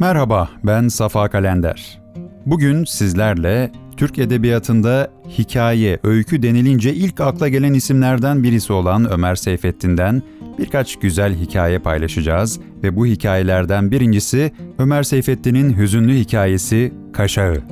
Merhaba, ben Safa Kalender. Bugün sizlerle Türk Edebiyatı'nda hikaye, öykü denilince ilk akla gelen isimlerden birisi olan Ömer Seyfettin'den birkaç güzel hikaye paylaşacağız ve bu hikayelerden birincisi Ömer Seyfettin'in hüzünlü hikayesi Kaşağı.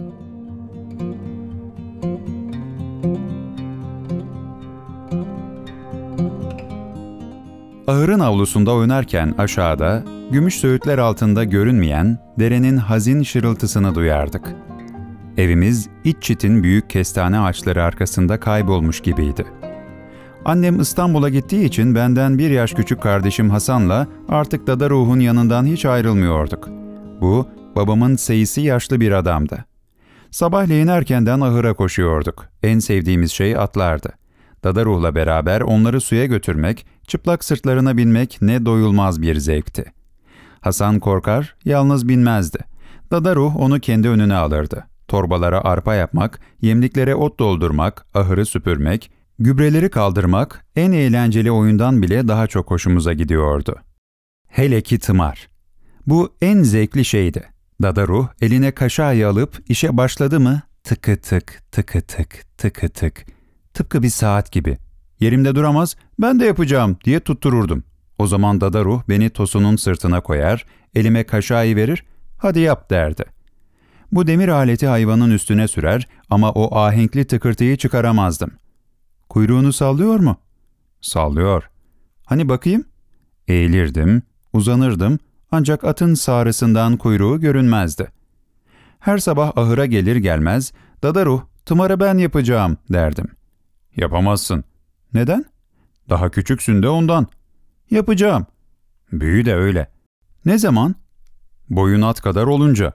Ahırın avlusunda oynarken aşağıda, gümüş söğütler altında görünmeyen derenin hazin şırıltısını duyardık. Evimiz iç çitin büyük kestane ağaçları arkasında kaybolmuş gibiydi. Annem İstanbul'a gittiği için benden bir yaş küçük kardeşim Hasan'la artık Dada Ruh'un yanından hiç ayrılmıyorduk. Bu, babamın seyisi yaşlı bir adamdı. Sabahleyin erkenden ahıra koşuyorduk. En sevdiğimiz şey atlardı. Dada Ruh'la beraber onları suya götürmek, çıplak sırtlarına binmek ne doyulmaz bir zevkti. Hasan korkar, yalnız binmezdi. Dada Ruh onu kendi önüne alırdı. Torbalara arpa yapmak, yemliklere ot doldurmak, ahırı süpürmek, gübreleri kaldırmak en eğlenceli oyundan bile daha çok hoşumuza gidiyordu. Hele ki tımar. Bu en zevkli şeydi. Dada Ruh eline kaşağı alıp işe başladı mı tıkı tık, tıkı tık, tıkı tık. Tıpkı bir saat gibi. Yerimde duramaz, ben de yapacağım diye tuttururdum. O zaman Dada Ruh beni tosunun sırtına koyar, elime kaşağı verir, hadi yap derdi. Bu demir aleti hayvanın üstüne sürer ama o ahenkli tıkırtıyı çıkaramazdım. Kuyruğunu sallıyor mu? Sallıyor. Hani bakayım? Eğilirdim, uzanırdım ancak atın sağrısından kuyruğu görünmezdi. Her sabah ahıra gelir gelmez, Dada Ruh, tımarı ben yapacağım derdim. Yapamazsın. Neden? Daha küçüksün de ondan. Yapacağım. Büyü de öyle. Ne zaman? Boyun at kadar olunca.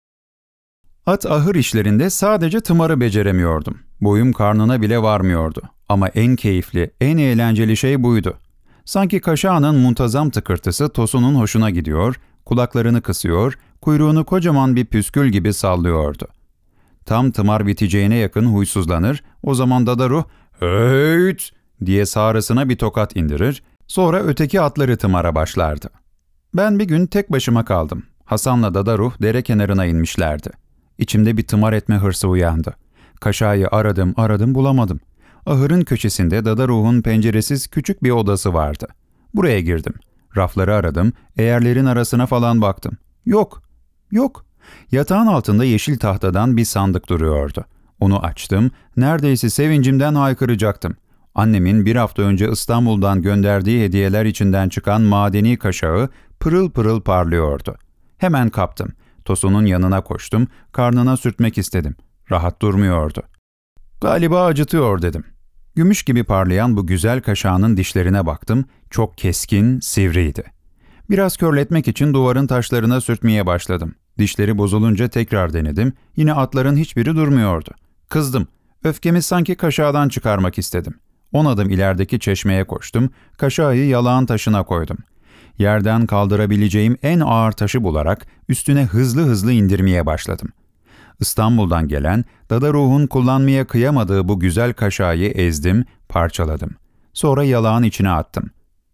At ahır işlerinde sadece tımarı beceremiyordum. Boyum karnına bile varmıyordu. Ama en keyifli, en eğlenceli şey buydu. Sanki kaşağının muntazam tıkırtısı tosunun hoşuna gidiyor, kulaklarını kısıyor, kuyruğunu kocaman bir püskül gibi sallıyordu. Tam tımar biteceğine yakın huysuzlanır, o zaman Dada Ruh, "Höyt!" diye sağrısına bir tokat indirir, sonra öteki atları tımara başlardı. Ben bir gün tek başıma kaldım. Hasan'la Dada Ruh dere kenarına inmişlerdi. İçimde bir tımar etme hırsı uyandı. Kaşağı aradım bulamadım. Ahırın köşesinde Dada Ruh'un penceresiz küçük bir odası vardı. Buraya girdim. Rafları aradım, eğerlerin arasına falan baktım. Yok. Yatağın altında yeşil tahtadan bir sandık duruyordu. Onu açtım, neredeyse sevincimden haykıracaktım. Annemin bir hafta önce İstanbul'dan gönderdiği hediyeler içinden çıkan madeni kaşağı pırıl pırıl parlıyordu. Hemen kaptım. Tosunun yanına koştum, karnına sürtmek istedim. Rahat durmuyordu. Galiba acıtıyor dedim. Gümüş gibi parlayan bu güzel kaşağının dişlerine baktım, çok keskin, sivriydi. Biraz körletmek için duvarın taşlarına sürtmeye başladım. Dişleri bozulunca tekrar denedim, yine atların hiçbiri durmuyordu. Kızdım, öfkemi sanki kaşağıdan çıkarmak istedim. 10 adım ilerideki çeşmeye koştum, kaşağı yalağın taşına koydum. Yerden kaldırabileceğim en ağır taşı bularak üstüne hızlı hızlı indirmeye başladım. İstanbul'dan gelen, Dada Ruh'un kullanmaya kıyamadığı bu güzel kaşağı ezdim, parçaladım. Sonra yalağın içine attım.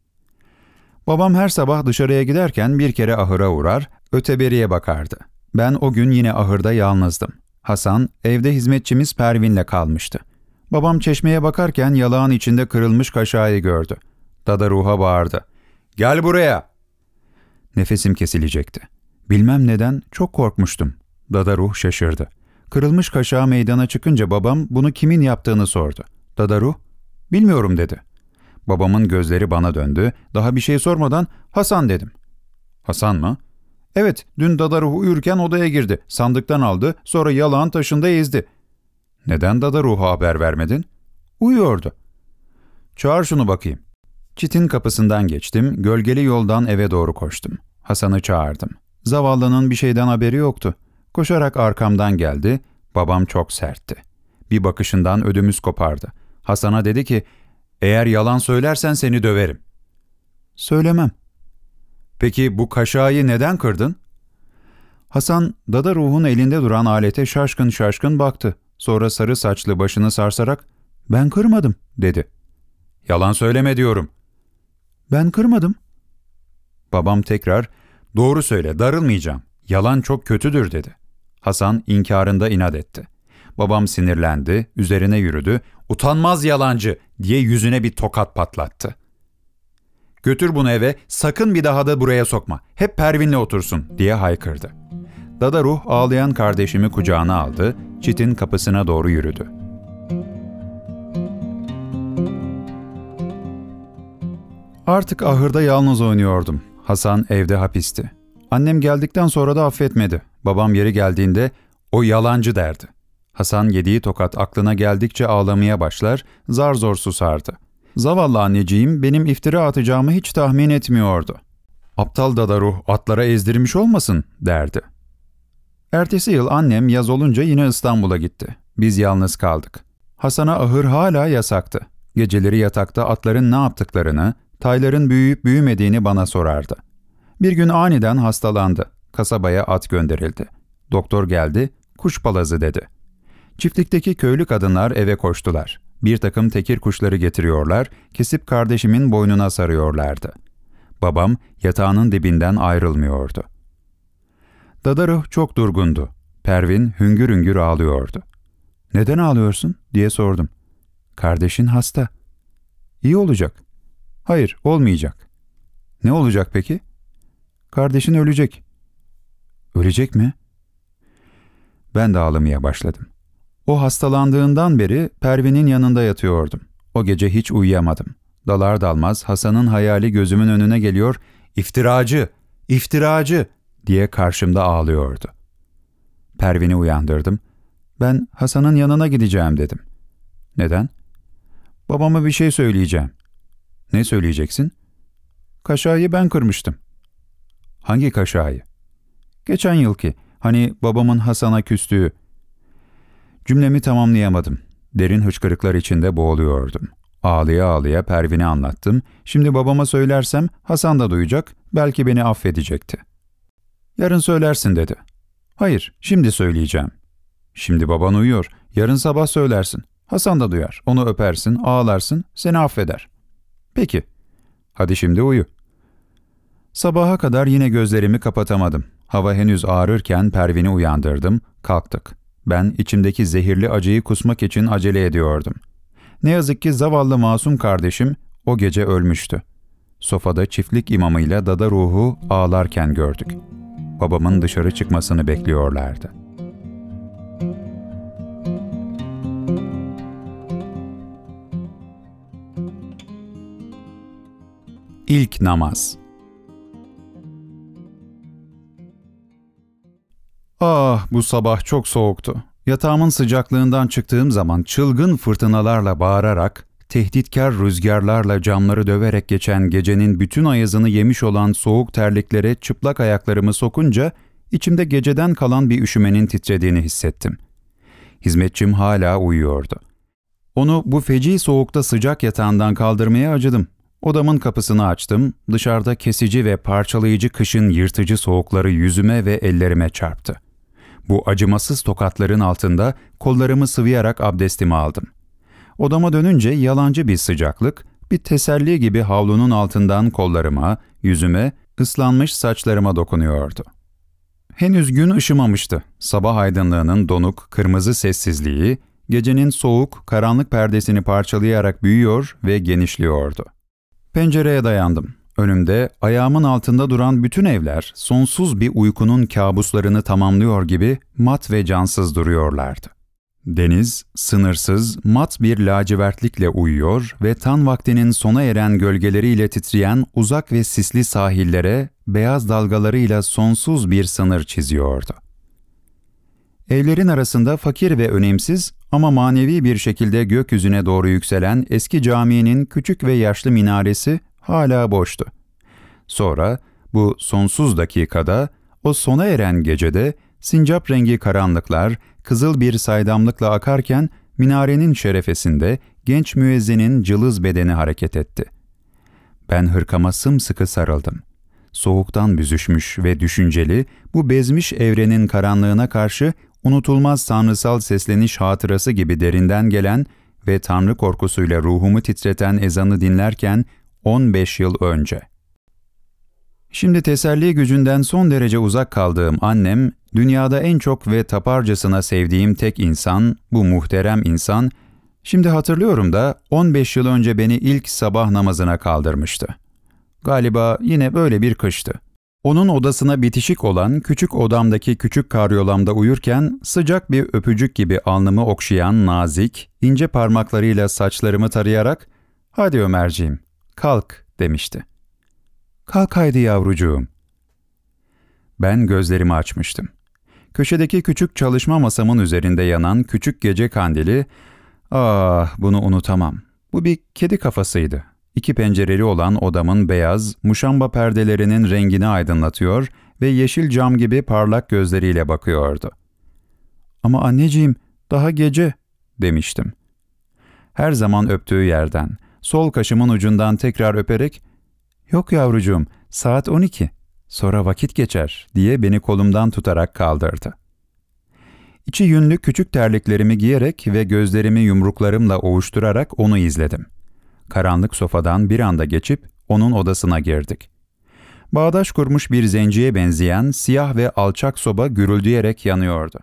Babam her sabah dışarıya giderken bir kere ahıra uğrar, öteberiye bakardı. Ben o gün yine ahırda yalnızdım. Hasan, evde hizmetçimiz Pervin'le kalmıştı. Babam çeşmeye bakarken yalağın içinde kırılmış kaşağı gördü. Dada Ruh'a bağırdı. "Gel buraya!" Nefesim kesilecekti. Bilmem neden çok korkmuştum. Dada Ruh şaşırdı. Kırılmış kaşağı meydana çıkınca babam bunu kimin yaptığını sordu. Dada Ruh, "Bilmiyorum" dedi. Babamın gözleri bana döndü. Daha bir şey sormadan "Hasan" dedim. "Hasan mı?" "Evet, dün Dada Ruh uyurken odaya girdi. Sandıktan aldı, sonra yalağın taşında ezdi." "Neden Dada Ruh'a haber vermedin?" "Uyuyordu." "Çağır şunu bakayım." Çitin kapısından geçtim, gölgeli yoldan eve doğru koştum. Hasan'ı çağırdım. Zavallının bir şeyden haberi yoktu. Koşarak arkamdan geldi, babam çok sertti. Bir bakışından ödümüz kopardı. Hasan'a dedi ki, "Eğer yalan söylersen seni döverim." "Söylemem." "Peki bu kaşağı neden kırdın?" Hasan, Dada Ruh'un elinde duran alete şaşkın şaşkın baktı. Sonra sarı saçlı başını sarsarak, "Ben kırmadım" dedi. "Yalan söyleme diyorum." "Ben kırmadım." Babam tekrar, "Doğru söyle, darılmayacağım. Yalan çok kötüdür dedi. Hasan inkarında inat etti. Babam sinirlendi, üzerine yürüdü, utanmaz yalancı diye yüzüne bir tokat patlattı. Götür bunu eve, sakın bir daha da buraya sokma, hep Pervin'le otursun diye haykırdı. Dadaruh ağlayan kardeşimi kucağına aldı, çitin kapısına doğru yürüdü. Artık ahırda yalnız oynuyordum. Hasan evde hapisti. Annem geldikten sonra da affetmedi. Babam yeri geldiğinde o yalancı derdi. Hasan yediği tokat aklına geldikçe ağlamaya başlar, zar zor susardı. Zavallı anneciğim benim iftira atacağımı hiç tahmin etmiyordu. Aptal Dadaruh atlara ezdirmiş olmasın derdi. Ertesi yıl annem yaz olunca yine İstanbul'a gitti. Biz yalnız kaldık. Hasan'a ahır hala yasaktı. Geceleri yatakta atların ne yaptıklarını, tayların büyüyüp büyümediğini bana sorardı. Bir gün aniden hastalandı. Kasabaya at gönderildi. Doktor geldi, kuş palazı dedi. Çiftlikteki köylü kadınlar eve koştular. Bir takım tekir kuşları getiriyorlar, kesip kardeşimin boynuna sarıyorlardı. Babam yatağının dibinden ayrılmıyordu. Dadaruh çok durgundu. Pervin hüngür hüngür ağlıyordu. "Neden ağlıyorsun?" diye sordum. "Kardeşin hasta." "İyi olacak." "Hayır, olmayacak." "Ne olacak peki?" "Kardeşin ölecek." "Ölecek mi?" Ben de ağlamaya başladım. O hastalandığından beri Pervin'in yanında yatıyordum. O gece hiç uyuyamadım. Dalar dalmaz Hasan'ın hayali gözümün önüne geliyor, "İftiracı, iftiracı!" diye karşımda ağlıyordu. Pervin'i uyandırdım. "Ben Hasan'ın yanına gideceğim." dedim. "Neden?" "Babama bir şey söyleyeceğim." "Ne söyleyeceksin?" "Kaşağıyı ben kırmıştım." "Hangi kaşağı?" "Geçen yılki, hani babamın Hasan'a küstüğü." Cümlemi tamamlayamadım. Derin hıçkırıklar içinde boğuluyordum. Ağlaya ağlaya Pervin'e anlattım. Şimdi babama söylersem Hasan da duyacak, belki beni affedecekti. "Yarın söylersin." dedi. "Hayır, şimdi söyleyeceğim." "Şimdi baban uyuyor, yarın sabah söylersin. Hasan da duyar, onu öpersin, ağlarsın, seni affeder." "Peki, hadi şimdi uyu." Sabaha kadar yine gözlerimi kapatamadım. Hava henüz ağrırken Pervin'i uyandırdım, kalktık. Ben içimdeki zehirli acıyı kusmak için acele ediyordum. Ne yazık ki zavallı masum kardeşim o gece ölmüştü. Sofada çiftlik imamıyla Dadaruh'u ağlarken gördük. Babamın dışarı çıkmasını bekliyorlardı. İlk namaz. Ah, bu sabah çok soğuktu. Yatağımın sıcaklığından çıktığım zaman çılgın fırtınalarla bağırarak, tehditkar rüzgarlarla camları döverek geçen gecenin bütün ayazını yemiş olan soğuk terliklere çıplak ayaklarımı sokunca içimde geceden kalan bir üşümenin titrediğini hissettim. Hizmetçim hala uyuyordu. Onu bu feci soğukta sıcak yatağından kaldırmaya acıdım. Odamın kapısını açtım, dışarıda kesici ve parçalayıcı kışın yırtıcı soğukları yüzüme ve ellerime çarptı. Bu acımasız tokatların altında kollarımı sıvayarak abdestimi aldım. Odama dönünce yalancı bir sıcaklık, bir teselli gibi havlunun altından kollarıma, yüzüme, ıslanmış saçlarıma dokunuyordu. Henüz gün ışımamıştı. Sabah aydınlığının donuk, kırmızı sessizliği, gecenin soğuk, karanlık perdesini parçalayarak büyüyor ve genişliyordu. Pencereye dayandım. Önümde, ayağımın altında duran bütün evler, sonsuz bir uykunun kabuslarını tamamlıyor gibi mat ve cansız duruyorlardı. Deniz, sınırsız, mat bir lacivertlikle uyuyor ve tan vaktinin sona eren gölgeleriyle titreyen uzak ve sisli sahillere, beyaz dalgalarıyla sonsuz bir sınır çiziyordu. Evlerin arasında fakir ve önemsiz ama manevi bir şekilde gökyüzüne doğru yükselen eski caminin küçük ve yaşlı minaresi hala boştu. Sonra bu sonsuz dakikada, o sona eren gecede sincap rengi karanlıklar kızıl bir saydamlıkla akarken minarenin şerefesinde genç müezzinin cılız bedeni hareket etti. Ben hırkama sımsıkı sarıldım. Soğuktan büzüşmüş ve düşünceli bu bezmiş evrenin karanlığına karşı unutulmaz tanrısal sesleniş hatırası gibi derinden gelen ve tanrı korkusuyla ruhumu titreten ezanı dinlerken 15 yıl önce. Şimdi teselli gücünden son derece uzak kaldığım annem, dünyada en çok ve taparcasına sevdiğim tek insan, bu muhterem insan, şimdi hatırlıyorum da 15 yıl önce beni ilk sabah namazına kaldırmıştı. Galiba yine böyle bir kıştı. Onun odasına bitişik olan küçük odamdaki küçük karyolamda uyurken sıcak bir öpücük gibi alnımı okşayan nazik, ince parmaklarıyla saçlarımı tarayarak "Hadi Ömerciğim, kalk," demişti. "Kalk haydi yavrucuğum." Ben gözlerimi açmıştım. Köşedeki küçük çalışma masamın üzerinde yanan küçük gece kandili, bunu unutamam. Bu bir kedi kafasıydı. 2 pencereli olan odamın beyaz, muşamba perdelerinin rengini aydınlatıyor ve yeşil cam gibi parlak gözleriyle bakıyordu. "Ama anneciğim, daha gece," demiştim. Her zaman öptüğü yerden, sol kaşımın ucundan tekrar öperek, "Yok yavrucuğum, saat 12, sonra vakit geçer," diye beni kolumdan tutarak kaldırdı. İçi yünlü küçük terliklerimi giyerek ve gözlerimi yumruklarımla ovuşturarak onu izledim. Karanlık sofadan bir anda geçip onun odasına girdik. Bağdaş kurmuş bir zenciye benzeyen siyah ve alçak soba gürüldeyerek yanıyordu.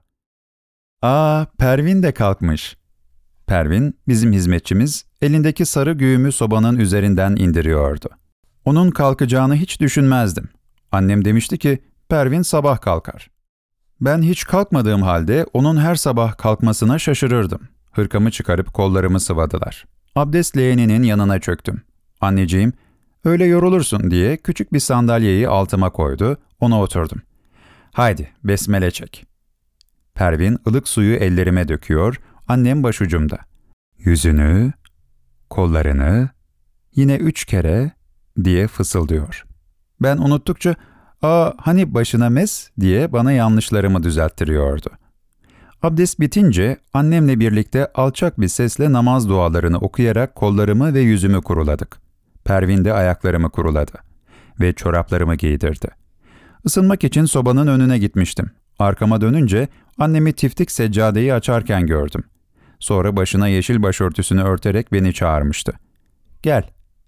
Pervin de kalkmış." Pervin, bizim hizmetçimiz, elindeki sarı güğümü sobanın üzerinden indiriyordu. Onun kalkacağını hiç düşünmezdim. Annem demişti ki, Pervin sabah kalkar. Ben hiç kalkmadığım halde onun her sabah kalkmasına şaşırırdım. Hırkamı çıkarıp kollarımı sıvadılar. Abdest leğeninin yanına çöktüm. "Anneciğim, öyle yorulursun," diye küçük bir sandalyeyi altıma koydu, ona oturdum. "Haydi, besmele çek." Pervin ılık suyu ellerime döküyor, annem başucumda. "Yüzünü, kollarını, yine 3 kere," diye fısıldıyor. Ben unuttukça, hani başına mes," diye bana yanlışlarımı düzelttiriyordu. Abdest bitince annemle birlikte alçak bir sesle namaz dualarını okuyarak kollarımı ve yüzümü kuruladık. Pervin de ayaklarımı kuruladı ve çoraplarımı giydirdi. Isınmak için sobanın önüne gitmiştim. Arkama dönünce annemi tiftik seccadeyi açarken gördüm. Sonra başına yeşil başörtüsünü örterek beni çağırmıştı. "Gel."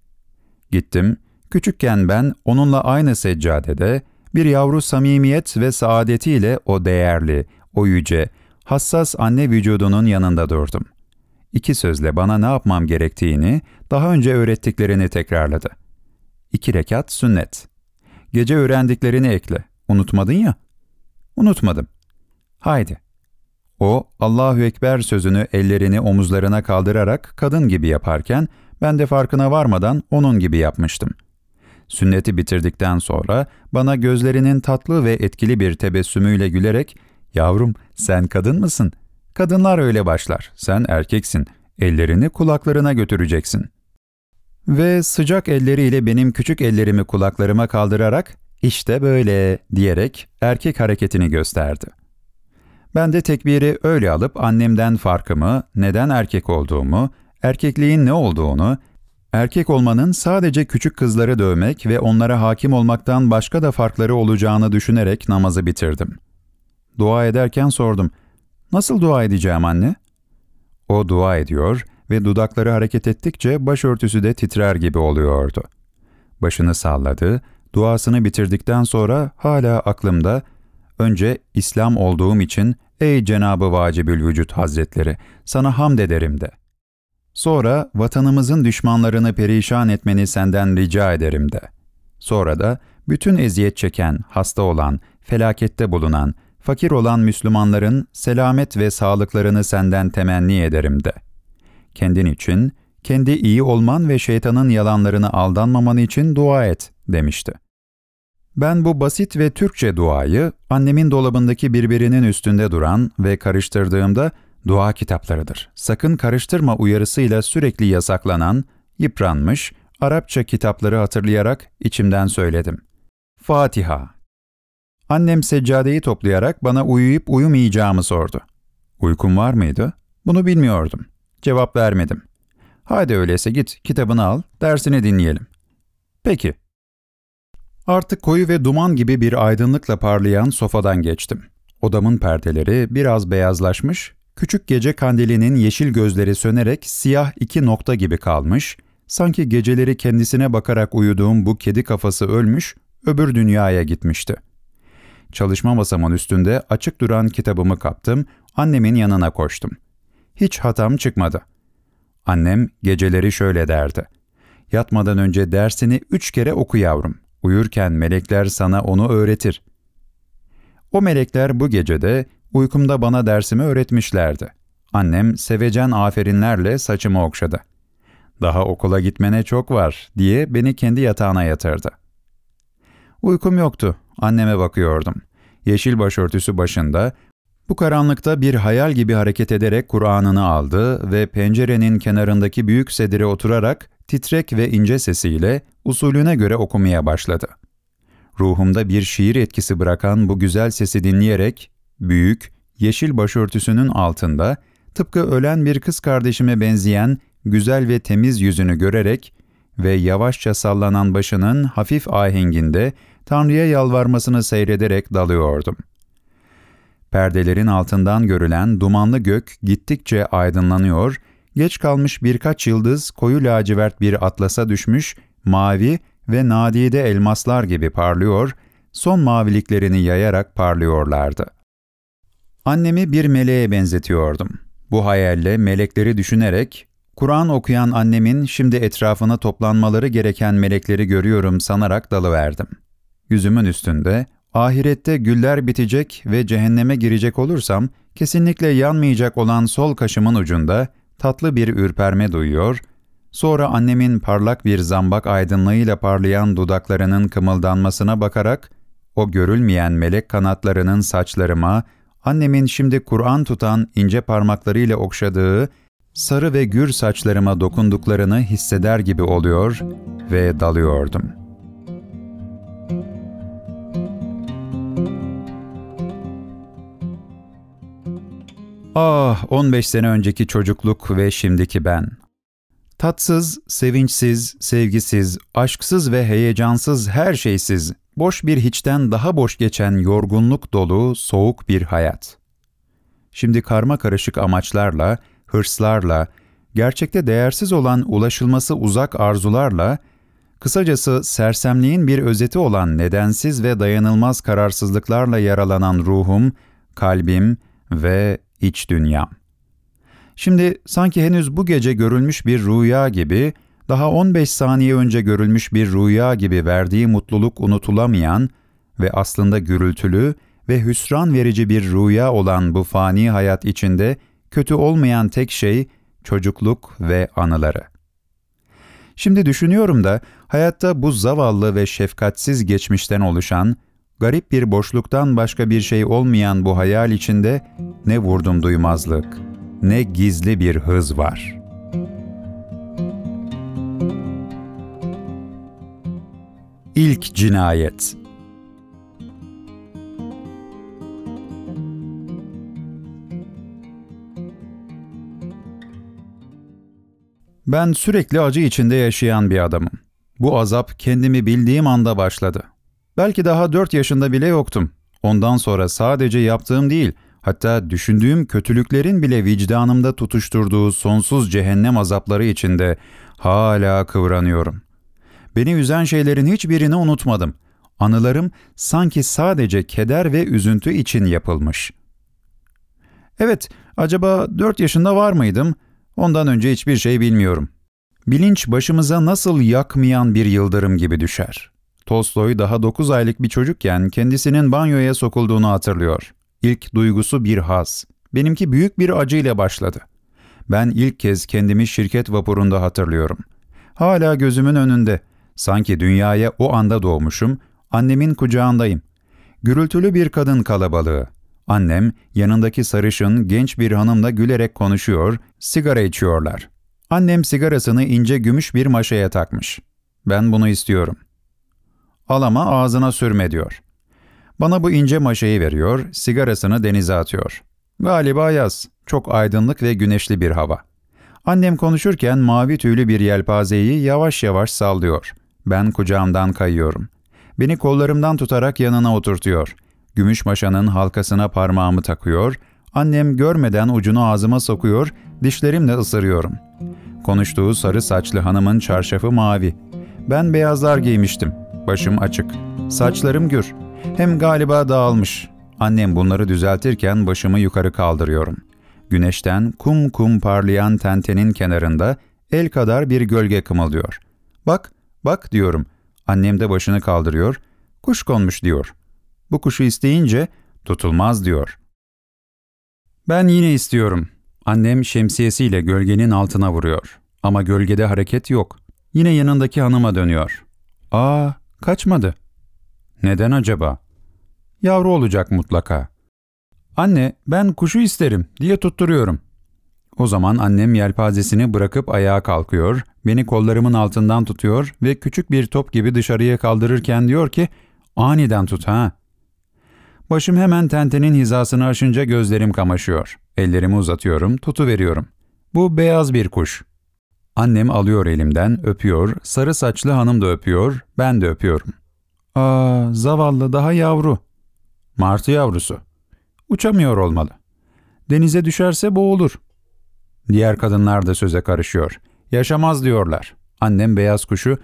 Gittim. Küçükken ben onunla aynı seccadede bir yavru samimiyet ve saadetiyle o değerli, o yüce, hassas anne vücudunun yanında durdum. 2 sözle bana ne yapmam gerektiğini, daha önce öğrettiklerini tekrarladı. 2 rekat sünnet. Gece öğrendiklerini ekle. Unutmadın ya? Unutmadım. Haydi. O, Allahu Ekber sözünü ellerini omuzlarına kaldırarak kadın gibi yaparken, ben de farkına varmadan onun gibi yapmıştım. Sünneti bitirdikten sonra bana gözlerinin tatlı ve etkili bir tebessümüyle gülerek, "Yavrum, sen kadın mısın? Kadınlar öyle başlar. Sen erkeksin. Ellerini kulaklarına götüreceksin." Ve sıcak elleriyle benim küçük ellerimi kulaklarıma kaldırarak, "İşte böyle," diyerek erkek hareketini gösterdi. Ben de tekbiri öyle alıp annemden farkımı, neden erkek olduğumu, erkekliğin ne olduğunu, erkek olmanın sadece küçük kızları dövmek ve onlara hakim olmaktan başka da farkları olacağını düşünerek namazı bitirdim. Dua ederken sordum, "Nasıl dua edeceğim anne?" O dua ediyor ve dudakları hareket ettikçe başörtüsü de titrer gibi oluyordu. Başını salladı, duasını bitirdikten sonra hala aklımda, önce İslam olduğum için "Ey Cenab-ı Vacibül Vücut Hazretleri, sana hamd ederim," de. Sonra vatanımızın düşmanlarını perişan etmeni senden rica ederim de. Sonra da bütün eziyet çeken, hasta olan, felakette bulunan, fakir olan Müslümanların selamet ve sağlıklarını senden temenni ederim de. Kendin için, kendi iyi olman ve şeytanın yalanlarına aldanmaman için dua et, demişti. Ben bu basit ve Türkçe duayı annemin dolabındaki birbirinin üstünde duran ve karıştırdığımda dua kitaplarıdır, sakın karıştırma uyarısıyla sürekli yasaklanan, yıpranmış, Arapça kitapları hatırlayarak içimden söyledim. Fatiha. Annem seccadeyi toplayarak bana uyuyup uyumayacağımı sordu. Uykum var mıydı? Bunu bilmiyordum. Cevap vermedim. Haydi öyleyse git, kitabını al, dersini dinleyelim. Peki. Artık koyu ve duman gibi bir aydınlıkla parlayan sofadan geçtim. Odamın perdeleri biraz beyazlaşmış, küçük gece kandilinin yeşil gözleri sönerek siyah 2 nokta gibi kalmış, sanki geceleri kendisine bakarak uyuduğum bu kedi kafası ölmüş, öbür dünyaya gitmişti. Çalışma masamın üstünde açık duran kitabımı kaptım, annemin yanına koştum. Hiç hatam çıkmadı. Annem geceleri şöyle derdi: "Yatmadan önce dersini 3 kere oku yavrum. Uyurken melekler sana onu öğretir." O melekler bu gecede uykumda bana dersimi öğretmişlerdi. Annem sevecen aferinlerle saçımı okşadı. "Daha okula gitmene çok var," diye beni kendi yatağına yatırdı. Uykum yoktu. Anneme bakıyordum. Yeşil başörtüsü başında, bu karanlıkta bir hayal gibi hareket ederek Kur'an'ını aldı ve pencerenin kenarındaki büyük sedire oturarak titrek ve ince sesiyle usulüne göre okumaya başladı. Ruhumda bir şiir etkisi bırakan bu güzel sesi dinleyerek, büyük, yeşil başörtüsünün altında, tıpkı ölen bir kız kardeşime benzeyen güzel ve temiz yüzünü görerek ve yavaşça sallanan başının hafif ahenginde Tanrı'ya yalvarmasını seyrederek dalıyordum. Perdelerin altından görülen dumanlı gök gittikçe aydınlanıyor, geç kalmış birkaç yıldız koyu lacivert bir atlasa düşmüş, mavi ve nadide elmaslar gibi parlıyor, son maviliklerini yayarak parlıyorlardı. Annemi bir meleğe benzetiyordum. Bu hayalle melekleri düşünerek, Kur'an okuyan annemin şimdi etrafına toplanmaları gereken melekleri görüyorum sanarak dalıverdim. Yüzümün üstünde, ahirette güller bitecek ve cehenneme girecek olursam, kesinlikle yanmayacak olan sol kaşımın ucunda tatlı bir ürperme duyuyor, sonra annemin parlak bir zambak aydınlığıyla parlayan dudaklarının kımıldanmasına bakarak, o görülmeyen melek kanatlarının saçlarıma, annemin şimdi Kur'an tutan ince parmaklarıyla okşadığı, sarı ve gür saçlarıma dokunduklarını hisseder gibi oluyor ve dalıyordum. Ah, 15 sene önceki çocukluk ve şimdiki ben. Tatsız, sevinçsiz, sevgisiz, aşksız ve heyecansız, her şeysiz, boş bir hiçten daha boş geçen yorgunluk dolu, soğuk bir hayat. Şimdi karma karışık amaçlarla, hırslarla, gerçekte değersiz olan ulaşılması uzak arzularla, kısacası sersemliğin bir özeti olan nedensiz ve dayanılmaz kararsızlıklarla yaralanan ruhum, kalbim ve iç dünyam. Şimdi sanki henüz bu gece görülmüş bir rüya gibi, daha 15 saniye önce görülmüş bir rüya gibi verdiği mutluluk unutulamayan ve aslında gürültülü ve hüsran verici bir rüya olan bu fani hayat içinde kötü olmayan tek şey çocukluk ve anıları. Şimdi düşünüyorum da hayatta bu zavallı ve şefkatsiz geçmişten oluşan, garip bir boşluktan başka bir şey olmayan bu hayal içinde ne vurdum duymazlık, ne gizli bir hız var. İlk cinayet. Ben sürekli acı içinde yaşayan bir adamım. Bu azap kendimi bildiğim anda başladı. Belki daha 4 yaşında bile yoktum. Ondan sonra sadece yaptığım değil, hatta düşündüğüm kötülüklerin bile vicdanımda tutuşturduğu sonsuz cehennem azapları içinde hala kıvranıyorum. Beni üzen şeylerin hiçbirini unutmadım. Anılarım sanki sadece keder ve üzüntü için yapılmış. Evet, acaba 4 yaşında var mıydım? Ondan önce hiçbir şey bilmiyorum. Bilinç başımıza nasıl yakmayan bir yıldırım gibi düşer. Tolstoy daha 9 aylık bir çocukken kendisinin banyoya sokulduğunu hatırlıyor. İlk duygusu bir haz. Benimki büyük bir acıyla başladı. Ben ilk kez kendimi şirket vapurunda hatırlıyorum. Hala gözümün önünde. Sanki dünyaya o anda doğmuşum, annemin kucağındayım. Gürültülü bir kadın kalabalığı. Annem, yanındaki sarışın genç bir hanımla gülerek konuşuyor, sigara içiyorlar. Annem sigarasını ince gümüş bir maşaya takmış. Ben bunu istiyorum. Al ama ağzına sürme diyor. Bana bu ince maşayı veriyor, sigarasını denize atıyor. Galiba yaz, çok aydınlık ve güneşli bir hava. Annem konuşurken mavi tüylü bir yelpazeyi yavaş yavaş sallıyor. Ben kucağımdan kayıyorum. Beni kollarımdan tutarak yanına oturtuyor. Gümüş maşanın halkasına parmağımı takıyor, annem görmeden ucunu ağzıma sokuyor, dişlerimle ısırıyorum. Konuştuğu sarı saçlı hanımın çarşafı mavi. Ben beyazlar giymiştim. Başım açık. Saçlarım gür. Hem galiba dağılmış. Annem bunları düzeltirken başımı yukarı kaldırıyorum. Güneşten kum kum parlayan tentenin kenarında el kadar bir gölge kımıldıyor. Bak, bak diyorum. Annem de başını kaldırıyor. Kuş konmuş diyor. Bu kuşu isteyince tutulmaz diyor. Ben yine istiyorum. Annem şemsiyesiyle gölgenin altına vuruyor. Ama gölgede hareket yok. Yine yanındaki hanıma dönüyor. Aa, kaçmadı. Neden acaba? Yavru olacak mutlaka. Anne, ben kuşu isterim diye tutturuyorum. O zaman annem yelpazesini bırakıp ayağa kalkıyor, beni kollarımın altından tutuyor ve küçük bir top gibi dışarıya kaldırırken diyor ki, aniden tut ha. Başım hemen tentenin hizasını aşınca gözlerim kamaşıyor. Ellerimi uzatıyorum, tutuveriyorum. Bu beyaz bir kuş. Annem alıyor elimden, öpüyor, sarı saçlı hanım da öpüyor, ben de öpüyorum. Aa, zavallı daha yavru. Martı yavrusu. Uçamıyor olmalı. Denize düşerse boğulur. Diğer kadınlar da söze karışıyor. Yaşamaz diyorlar. Annem beyaz kuşu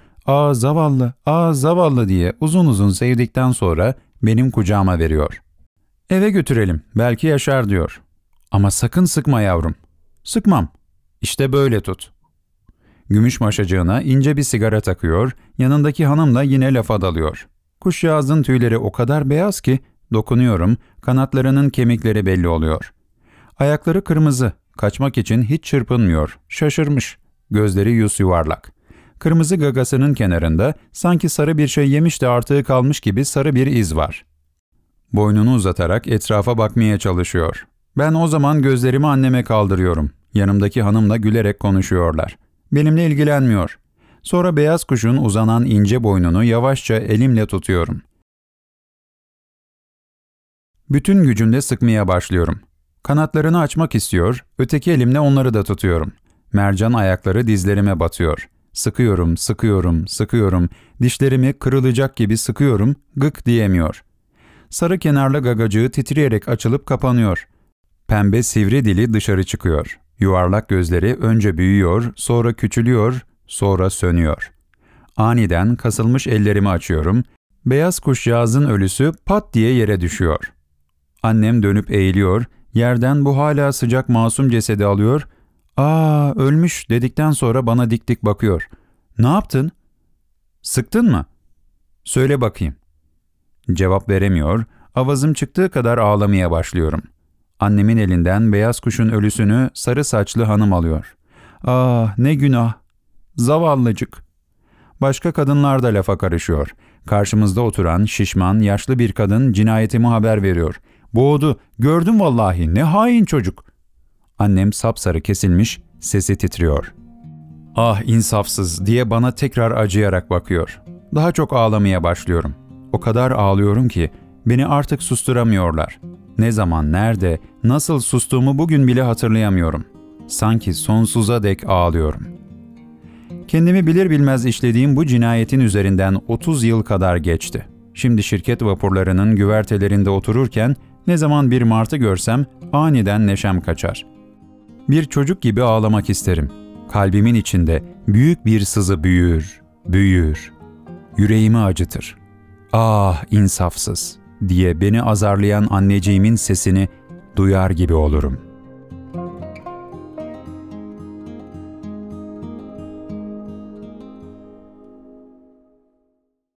aa zavallı diye uzun uzun sevdikten sonra benim kucağıma veriyor. Eve götürelim, belki yaşar diyor. Ama sakın sıkma yavrum. Sıkmam. İşte böyle tut. Gümüş maşacığına ince bir sigara takıyor, yanındaki hanım da yine lafa dalıyor. Kuşcağızın tüyleri o kadar beyaz ki dokunuyorum, kanatlarının kemikleri belli oluyor. Ayakları kırmızı, kaçmak için hiç çırpınmıyor, şaşırmış. Gözleri yuvarlak. Kırmızı gagasının kenarında sanki sarı bir şey yemiş de artığı kalmış gibi sarı bir iz var. Boynunu uzatarak etrafa bakmaya çalışıyor. Ben o zaman gözlerimi anneme kaldırıyorum. Yanımdaki hanımla gülerek konuşuyorlar. Benimle ilgilenmiyor. Sonra beyaz kuşun uzanan ince boynunu yavaşça elimle tutuyorum. Bütün gücümle sıkmaya başlıyorum. Kanatlarını açmak istiyor, öteki elimle onları da tutuyorum. Mercan ayakları dizlerime batıyor. Sıkıyorum, sıkıyorum, sıkıyorum. Dişlerimi kırılacak gibi sıkıyorum, gık diyemiyor. Sarı kenarlı gagacığı titreyerek açılıp kapanıyor. Pembe sivri dili dışarı çıkıyor. Yuvarlak gözleri önce büyüyor, sonra küçülüyor, sonra sönüyor. Aniden kasılmış ellerimi açıyorum. Beyaz kuşcağızın ölüsü pat diye yere düşüyor. Annem dönüp eğiliyor, yerden bu hala sıcak masum cesedi alıyor. ''Aa, ölmüş'' dedikten sonra bana dik dik bakıyor. ''Ne yaptın? Sıktın mı? Söyle bakayım.'' Cevap veremiyor, avazım çıktığı kadar ağlamaya başlıyorum. Annemin elinden beyaz kuşun ölüsünü sarı saçlı hanım alıyor. ''Ah, ne günah! Zavallıcık!'' Başka kadınlar da lafa karışıyor. Karşımızda oturan şişman, yaşlı bir kadın cinayetimi haber veriyor. ''Boğdu, gördüm vallahi, ne hain çocuk!'' Annem sapsarı kesilmiş, sesi titriyor. ''Ah insafsız!'' diye bana tekrar acıyarak bakıyor. Daha çok ağlamaya başlıyorum. O kadar ağlıyorum ki beni artık susturamıyorlar. Ne zaman, nerede, nasıl sustuğumu bugün bile hatırlayamıyorum. Sanki sonsuza dek ağlıyorum. Kendimi bilir bilmez işlediğim bu cinayetin üzerinden 30 yıl kadar geçti. Şimdi şirket vapurlarının güvertelerinde otururken ne zaman bir martı görsem aniden neşem kaçar. Bir çocuk gibi ağlamak isterim. Kalbimin içinde büyük bir sızı büyür, büyür. Yüreğimi acıtır. ''Ah insafsız!'' diye beni azarlayan anneciğimin sesini duyar gibi olurum.